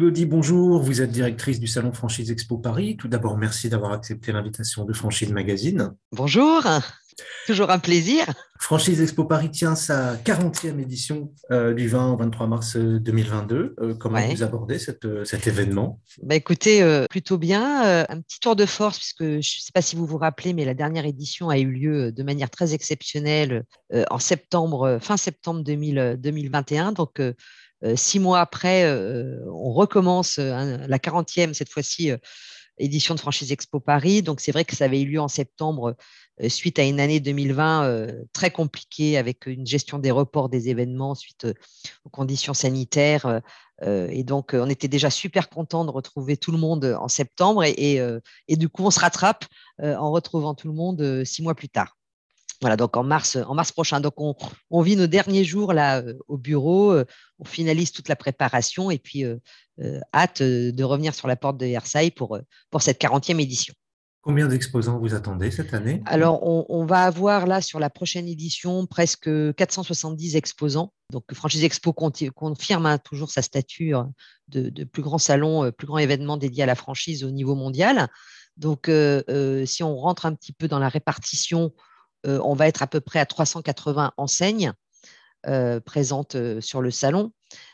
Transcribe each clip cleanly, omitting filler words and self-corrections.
Elodie, bonjour. Vous êtes directrice du Salon Franchise Expo Paris. Tout d'abord, merci d'avoir accepté l'invitation de Franchise Magazine. Bonjour, toujours un plaisir. Franchise Expo Paris tient sa 40e édition du 20 au 23 mars 2022. Comment Ouais. vous abordez cet événement? Écoutez, plutôt bien. Un petit tour de force, puisque je ne sais pas si vous vous rappelez, mais la dernière édition a eu lieu de manière très exceptionnelle en septembre, fin septembre 2021. Donc, 6 mois après, on recommence la 40e, cette fois-ci, édition de Franchise Expo Paris. Donc, c'est vrai que ça avait eu lieu en septembre suite à une année 2020 très compliquée avec une gestion des reports des événements suite aux conditions sanitaires. Et donc, on était déjà super content de retrouver tout le monde en septembre. Et du coup, on se rattrape en retrouvant tout le monde 6 mois plus tard. Voilà, donc en mars prochain. Donc, on vit nos derniers jours là au bureau. On finalise toute la préparation et puis hâte de revenir sur la porte de Versailles pour cette 40e édition. Combien d'exposants vous attendez cette année? Alors, on va avoir là sur la prochaine édition presque 470 exposants. Donc, Franchise Expo confirme toujours sa stature de plus grand salon, plus grand événement dédié à la franchise au niveau mondial. Donc, si on rentre un petit peu dans la répartition, on va être à peu près à 380 enseignes présentes sur le salon.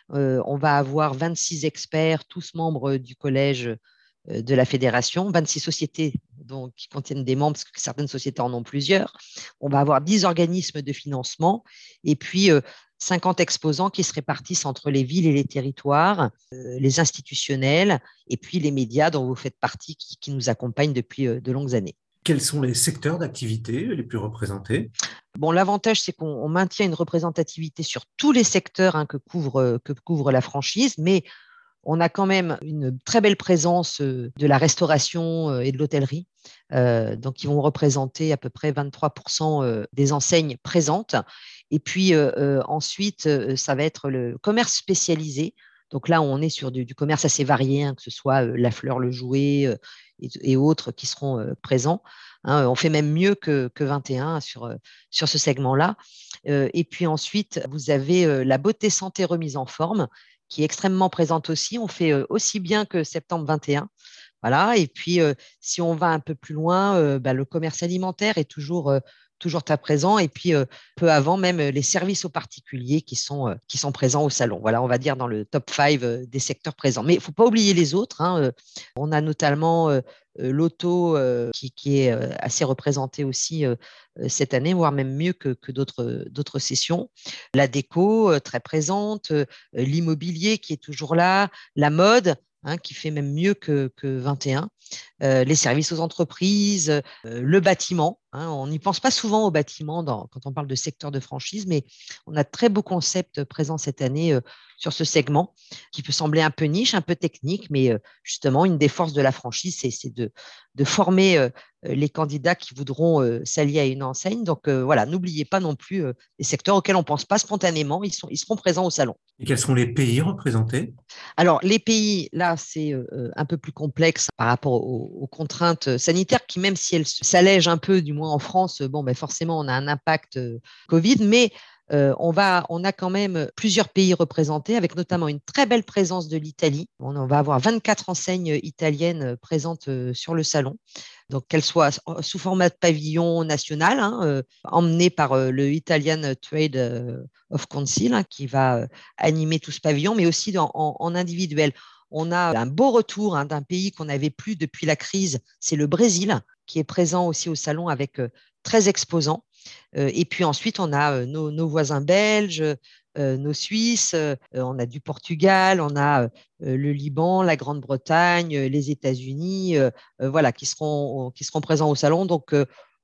On va avoir 26 experts, tous membres du collège de la fédération, 26 sociétés donc, qui contiennent des membres, parce que certaines sociétés en ont plusieurs. On va avoir 10 organismes de financement et puis 50 exposants qui se répartissent entre les villes et les territoires, les institutionnels et puis les médias dont vous faites partie qui nous accompagnent depuis de longues années. Quels sont les secteurs d'activité les plus représentés? Bon, l'avantage, c'est qu'on maintient une représentativité sur tous les secteurs que couvre la franchise, mais on a quand même une très belle présence de la restauration et de l'hôtellerie. Donc, ils vont représenter à peu près 23% des enseignes présentes. Et puis ensuite, ça va être le commerce spécialisé. Donc là, on est sur du commerce assez varié, hein, que ce soit la fleur, le jouet et autres qui seront présents. Hein, on fait même mieux que 21 sur ce segment-là. Et puis ensuite, vous avez la beauté santé remise en forme qui est extrêmement présente aussi. On fait aussi bien que septembre 21. Voilà. Et puis, si on va un peu plus loin, le commerce alimentaire est toujours très présent. Et puis, peu avant, même les services aux particuliers qui sont présents au salon. Voilà, on va dire dans le top 5 des secteurs présents. Mais il ne faut pas oublier les autres. Hein. On a notamment l'auto qui est assez représenté aussi cette année, voire même mieux que d'autres sessions. La déco, très présente, l'immobilier qui est toujours là, la mode, hein, qui fait même mieux que 21, les services aux entreprises, le bâtiment. Hein, on n'y pense pas souvent au bâtiment quand on parle de secteur de franchise, mais on a de très beaux concepts présents cette année sur ce segment qui peut sembler un peu niche, un peu technique, mais justement, une des forces de la franchise, c'est de former les candidats qui voudront s'allier à une enseigne. Donc voilà, n'oubliez pas non plus les secteurs auxquels on ne pense pas spontanément, ils seront présents au salon. Et quels sont les pays représentés? Alors, les pays, là, c'est un peu plus complexe par rapport aux contraintes sanitaires qui, même si elles s'allègent un peu, du moins en France, bon, forcément, on a un impact Covid, mais on a quand même plusieurs pays représentés, avec notamment une très belle présence de l'Italie. On va avoir 24 enseignes italiennes présentes sur le salon. Donc, qu'elles soient sous format de pavillon national, hein, emmené par le Italian Trade of Council, hein, qui va animer tout ce pavillon, mais aussi en individuel. On a un beau retour d'un pays qu'on n'avait plus depuis la crise, c'est le Brésil, qui est présent aussi au salon avec 13 exposants. Et puis ensuite, on a nos voisins belges, nos Suisses, on a du Portugal, on a le Liban, la Grande-Bretagne, les États-Unis, voilà, qui seront présents au salon. Donc,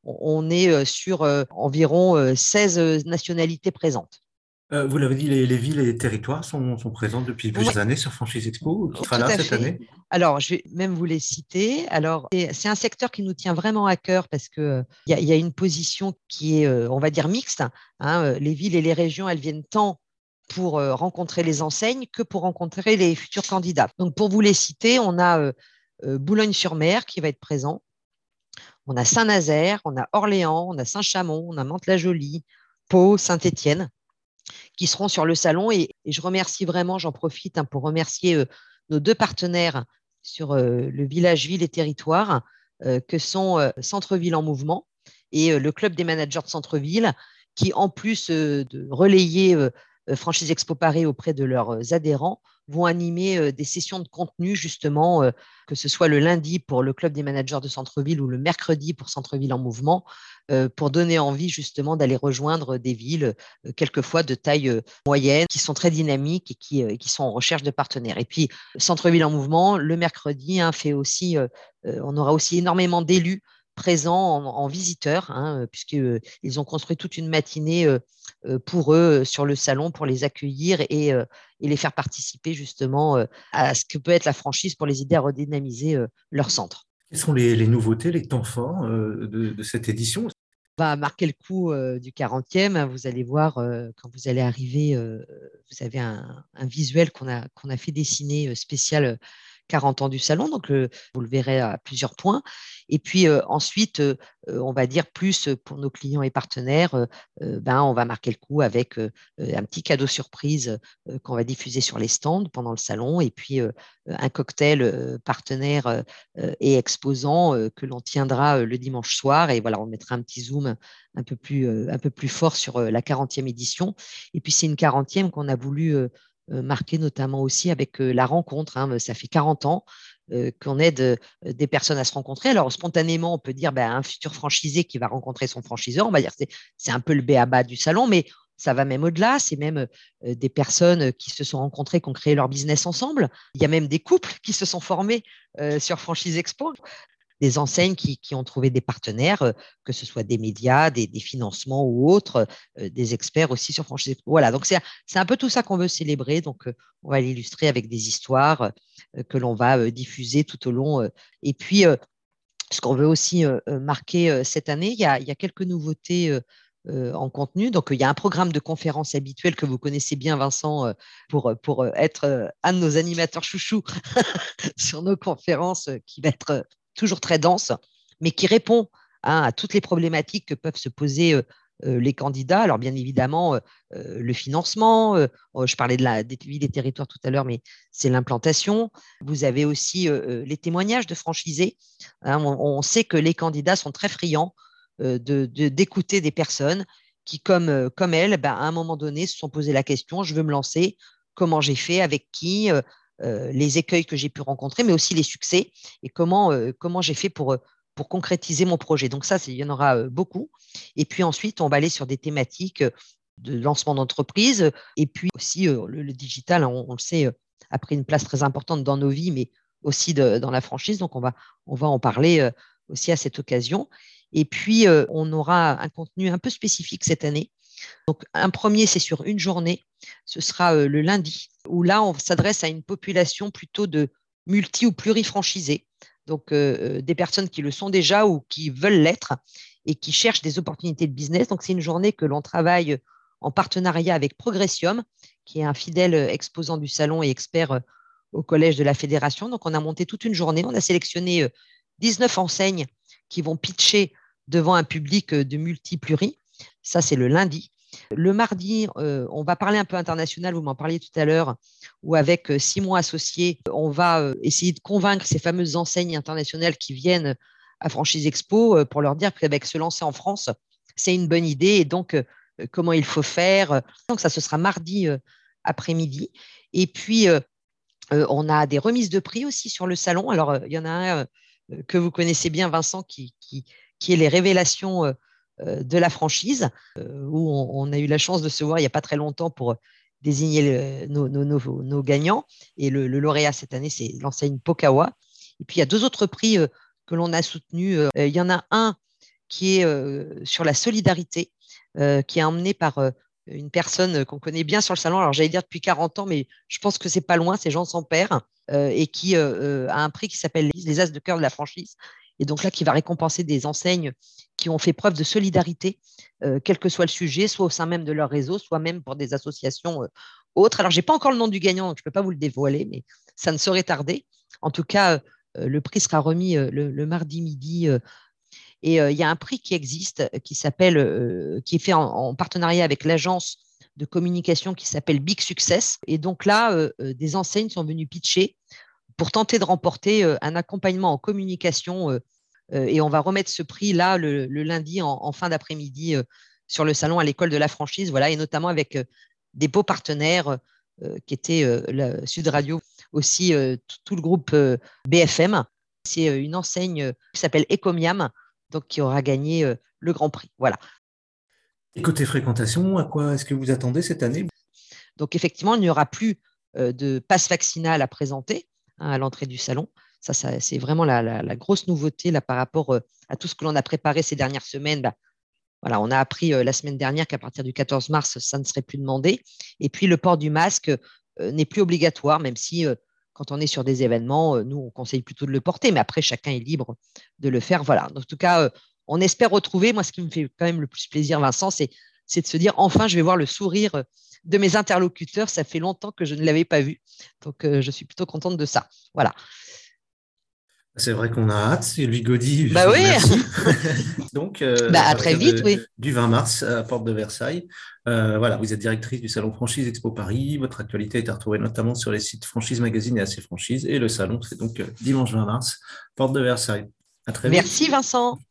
on est sur environ 16 nationalités présentes. Vous l'avez dit, les villes et les territoires sont présents depuis Oui, plusieurs années sur Franchise Expo. Qui sera tout là à cette fait. année? Alors, je vais même vous les citer. Alors, c'est un secteur qui nous tient vraiment à cœur parce que il y a une position qui est, on va dire, mixte. Hein. Les villes et les régions, elles viennent tant pour rencontrer les enseignes que pour rencontrer les futurs candidats. Donc, pour vous les citer, on a Boulogne-sur-Mer qui va être présent. On a Saint-Nazaire, on a Orléans, on a Saint-Chamond, on a Mantes-la-Jolie, Pau, Saint-Étienne qui seront sur le salon. Et je remercie vraiment, j'en profite hein, pour remercier nos deux partenaires sur le village Ville et Territoire, que sont Centre-Ville en Mouvement et le Club des managers de Centre-Ville, qui, en plus de relayer Franchise Expo Paris auprès de leurs adhérents, vont animer des sessions de contenu, justement, que ce soit le lundi pour le Club des managers de Centre-Ville ou le mercredi pour Centre-Ville en Mouvement, pour donner envie, justement, d'aller rejoindre des villes, quelquefois de taille moyenne, qui sont très dynamiques et qui sont en recherche de partenaires. Et puis, Centre-Ville en Mouvement, le mercredi, fait aussi, on aura aussi énormément d'élus présents en visiteurs, puisqu'ils ont construit toute une matinée pour eux sur le salon, pour les accueillir et les faire participer justement à ce que peut être la franchise pour les aider à redynamiser leur centre. Quelles sont les nouveautés, les temps forts de cette édition? On va marquer le coup du 40e. Vous allez voir, quand vous allez arriver, vous avez un visuel qu'on a fait dessiner spécial 40 ans du salon. Donc, vous le verrez à plusieurs points. Et puis ensuite, on va dire plus pour nos clients et partenaires, on va marquer le coup avec un petit cadeau surprise qu'on va diffuser sur les stands pendant le salon. Et puis, un cocktail partenaire et exposant que l'on tiendra le dimanche soir. Et voilà, on mettra un petit zoom un peu plus fort sur la 40e édition. Et puis, c'est une 40e qu'on a voulu marquer notamment aussi avec la rencontre. Ça fait 40 ans qu'on aide des personnes à se rencontrer. Alors, spontanément, on peut dire un futur franchisé qui va rencontrer son franchiseur. On va dire que c'est un peu le b.a.-ba du salon, mais ça va même au-delà. C'est même des personnes qui se sont rencontrées, qui ont créé leur business ensemble. Il y a même des couples qui se sont formés sur Franchise Expo, des enseignes qui ont trouvé des partenaires, que ce soit des médias, des financements ou autres, des experts aussi sur Franchise Expo. Voilà, donc c'est un peu tout ça qu'on veut célébrer. Donc, on va l'illustrer avec des histoires que l'on va diffuser tout au long. Et puis, ce qu'on veut aussi marquer cette année, il y a quelques nouveautés en contenu. Donc, il y a un programme de conférences habituel que vous connaissez bien, Vincent, pour être un de nos animateurs chouchous sur nos conférences, qui va être toujours très dense, mais qui répond à toutes les problématiques que peuvent se poser les candidats. Alors, bien évidemment, le financement, je parlais des villes et territoires tout à l'heure, mais c'est l'implantation. Vous avez aussi les témoignages de franchisés. On sait que les candidats sont très friands d'écouter des personnes qui, comme elles, à un moment donné, se sont posé la question, je veux me lancer, comment j'ai fait, avec qui, les écueils que j'ai pu rencontrer, mais aussi les succès et comment j'ai fait pour concrétiser mon projet. Donc ça, il y en aura beaucoup. Et puis ensuite, on va aller sur des thématiques de lancement d'entreprise. Et puis aussi, le digital, on le sait, a pris une place très importante dans nos vies, mais aussi dans la franchise. Donc, on va en parler aussi à cette occasion. Et puis, on aura un contenu un peu spécifique cette année. Donc, un premier, c'est sur une journée. Ce sera le lundi, où là, on s'adresse à une population plutôt de multi- ou plurifranchisés. Donc, des personnes qui le sont déjà ou qui veulent l'être et qui cherchent des opportunités de business. Donc, c'est une journée que l'on travaille en partenariat avec Progressium, qui est un fidèle exposant du salon et expert au collège de la Fédération. Donc, on a monté toute une journée. On a sélectionné 19 enseignes qui vont pitcher devant un public de multi-pluri. Ça, c'est le lundi. Le mardi, on va parler un peu international, vous m'en parliez tout à l'heure, où avec Simon Associés, on va essayer de convaincre ces fameuses enseignes internationales qui viennent à Franchise Expo pour leur dire qu'avec se lancer en France, c'est une bonne idée et donc comment il faut faire. Donc ça, ce sera mardi après-midi. Et puis, on a des remises de prix aussi sur le salon. Alors, il y en a un que vous connaissez bien, Vincent, qui est les révélations de la franchise, où on a eu la chance de se voir il n'y a pas très longtemps pour désigner nos gagnants. Et le lauréat cette année, c'est l'enseigne Pokawa. Et puis, il y a deux autres prix que l'on a soutenus. Il y en a un qui est sur la solidarité, qui est emmené par une personne qu'on connaît bien sur le salon. Alors, j'allais dire depuis 40 ans, mais je pense que c'est pas loin, c'est Jean Sampère, et qui a un prix qui s'appelle les As de cœur de la franchise. Et donc là, qui va récompenser des enseignes qui ont fait preuve de solidarité, quel que soit le sujet, soit au sein même de leur réseau, soit même pour des associations autres. Alors, je n'ai pas encore le nom du gagnant, donc je ne peux pas vous le dévoiler, mais ça ne saurait tarder. En tout cas, le prix sera remis le mardi midi. Et il y a un prix qui existe, qui est fait en partenariat avec l'agence de communication qui s'appelle Big Success. Et donc là, des enseignes sont venues pitcher pour tenter de remporter un accompagnement en communication. Et on va remettre ce prix là le lundi en fin d'après-midi sur le salon à l'école de la franchise, voilà, et notamment avec des beaux partenaires qui étaient la Sud Radio, aussi tout le groupe BFM. C'est une enseigne qui s'appelle Ecomiam, donc qui aura gagné le Grand Prix. Voilà. Et côté fréquentation, à quoi est-ce que vous attendez cette année? Donc effectivement, il n'y aura plus de passe vaccinal à présenter à l'entrée du salon. Ça c'est vraiment la grosse nouveauté là, par rapport à tout ce que l'on a préparé ces dernières semaines. Bah, voilà, on a appris la semaine dernière qu'à partir du 14 mars, ça ne serait plus demandé. Et puis, le port du masque n'est plus obligatoire, même si quand on est sur des événements, nous, on conseille plutôt de le porter. Mais après, chacun est libre de le faire. Voilà. En tout cas, on espère retrouver. Moi, ce qui me fait quand même le plus plaisir, Vincent, c'est de se dire enfin, je vais voir le sourire de mes interlocuteurs. Ça fait longtemps que je ne l'avais pas vu. Donc, je suis plutôt contente de ça. Voilà. C'est vrai qu'on a hâte. Sylvie Gaudy, je Bah vous oui. remercie. Donc, Bah, à à très partir vite, oui. du 20 mars à Porte de Versailles, voilà, vous êtes directrice du salon Franchise Expo Paris. Votre actualité est à retrouver notamment sur les sites Franchise Magazine et AC Franchise. Et le salon, c'est donc dimanche 20 mars, Porte de Versailles. À très vite. Merci, Vincent.